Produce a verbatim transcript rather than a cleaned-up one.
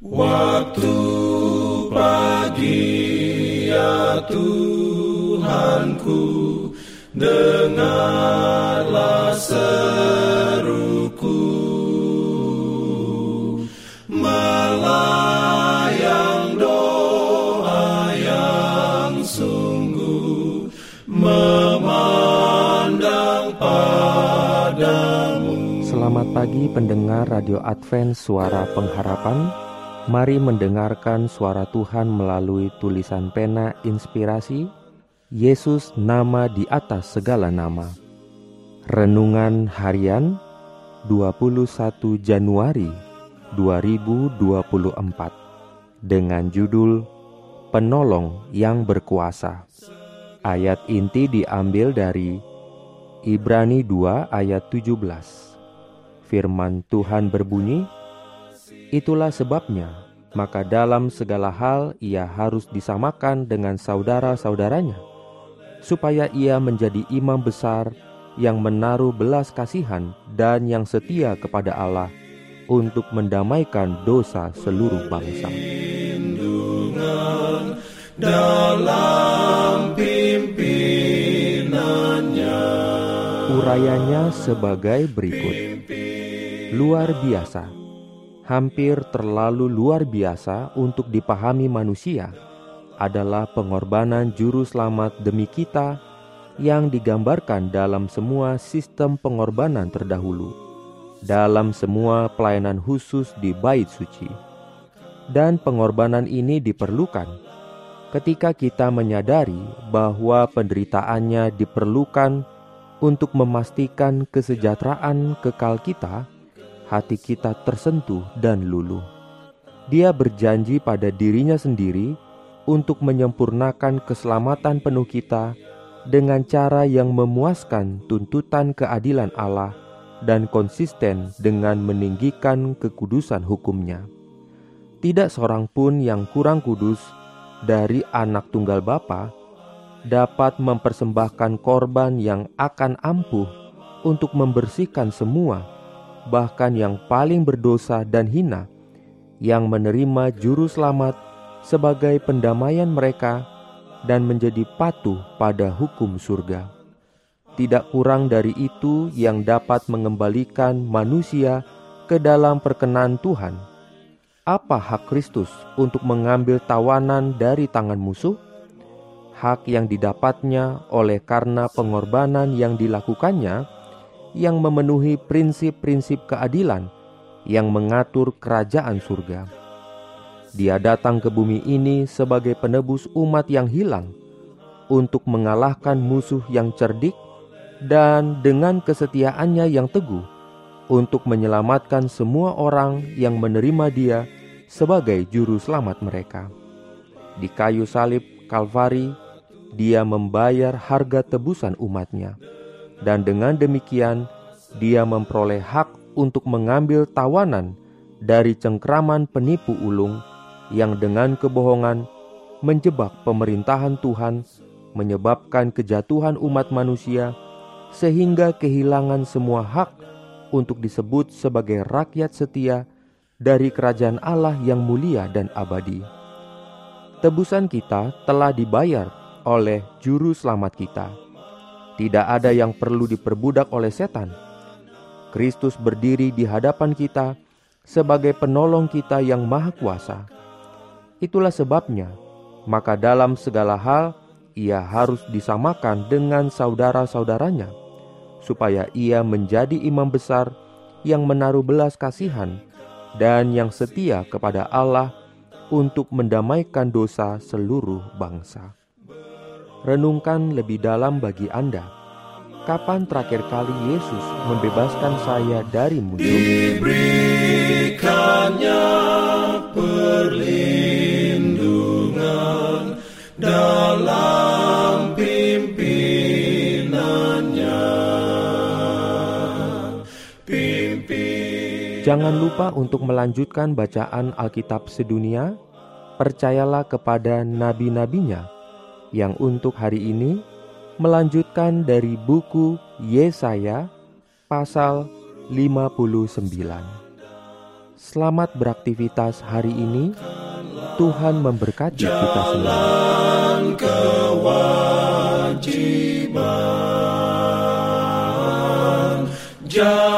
Waktu pagi ya Tuhanku, dengarlah seruku, melayang doa yang sungguh, memandang padamu. Selamat pagi pendengar Radio Advent Suara Pengharapan. Mari mendengarkan suara Tuhan melalui tulisan pena inspirasi, Yesus nama di atas segala nama. Renungan harian dua puluh satu Januari dua ribu dua puluh empat dengan judul Penolong yang Berkuasa. Ayat inti diambil dari Ibrani dua ayat tujuh belas. Firman Tuhan berbunyi, "Itulah sebabnya, maka dalam segala hal ia harus disamakan dengan saudara-saudaranya, supaya ia menjadi imam besar yang menaruh belas kasihan dan yang setia kepada Allah untuk mendamaikan dosa seluruh bangsa." Dalam pimpinannya. Urayanya sebagai berikut. Luar biasa, hampir terlalu luar biasa untuk dipahami manusia adalah pengorbanan juru selamat demi kita yang digambarkan dalam semua sistem pengorbanan terdahulu, dalam semua pelayanan khusus di Bait Suci. Dan pengorbanan ini diperlukan ketika kita menyadari bahwa penderitaannya diperlukan untuk memastikan kesejahteraan kekal kita. Hati kita tersentuh dan luluh. Dia berjanji pada dirinya sendiri untuk menyempurnakan keselamatan penuh kita dengan cara yang memuaskan tuntutan keadilan Allah dan konsisten dengan meninggikan kekudusan hukum-Nya. Tidak seorang pun yang kurang kudus dari anak tunggal Bapa dapat mempersembahkan korban yang akan ampuh untuk membersihkan semua, bahkan yang paling berdosa dan hina, yang menerima juru selamat sebagai pendamaian mereka dan menjadi patuh pada hukum surga. Tidak kurang dari itu yang dapat mengembalikan manusia ke dalam perkenan Tuhan. Apa hak Kristus untuk mengambil tawanan dari tangan musuh? Hak yang didapatnya oleh karena pengorbanan yang dilakukannya, yang memenuhi prinsip-prinsip keadilan yang mengatur kerajaan surga. Dia datang ke bumi ini sebagai penebus umat yang hilang, untuk mengalahkan musuh yang cerdik, dan dengan kesetiaannya yang teguh, untuk menyelamatkan semua orang yang menerima Dia sebagai juru selamat mereka. Di kayu salib Kalvari, Dia membayar harga tebusan umatnya. Dan dengan demikian, Dia memperoleh hak untuk mengambil tawanan dari cengkraman penipu ulung yang dengan kebohongan menjebak pemerintahan Tuhan, menyebabkan kejatuhan umat manusia, sehingga kehilangan semua hak untuk disebut sebagai rakyat setia dari kerajaan Allah yang mulia dan abadi. Tebusan kita telah dibayar oleh juru selamat kita. Tidak ada yang perlu diperbudak oleh setan. Kristus berdiri di hadapan kita sebagai penolong kita yang maha kuasa. Itulah sebabnya, maka dalam segala hal Ia harus disamakan dengan saudara-saudaranya, supaya Ia menjadi imam besar yang menaruh belas kasihan dan yang setia kepada Allah untuk mendamaikan dosa seluruh bangsa. Renungkan lebih dalam bagi Anda. Kapan terakhir kali Yesus membebaskan saya dari musuh? Diberikannya perlindungan dalam pimpinannya. Pimpin. Jangan lupa untuk melanjutkan bacaan Alkitab sedunia. Percayalah kepada nabi-nabinya, yang untuk hari ini melanjutkan dari buku Yesaya pasal lima puluh sembilan. Selamat beraktivitas hari ini. Tuhan memberkati kita semua. Jalan kewajiban.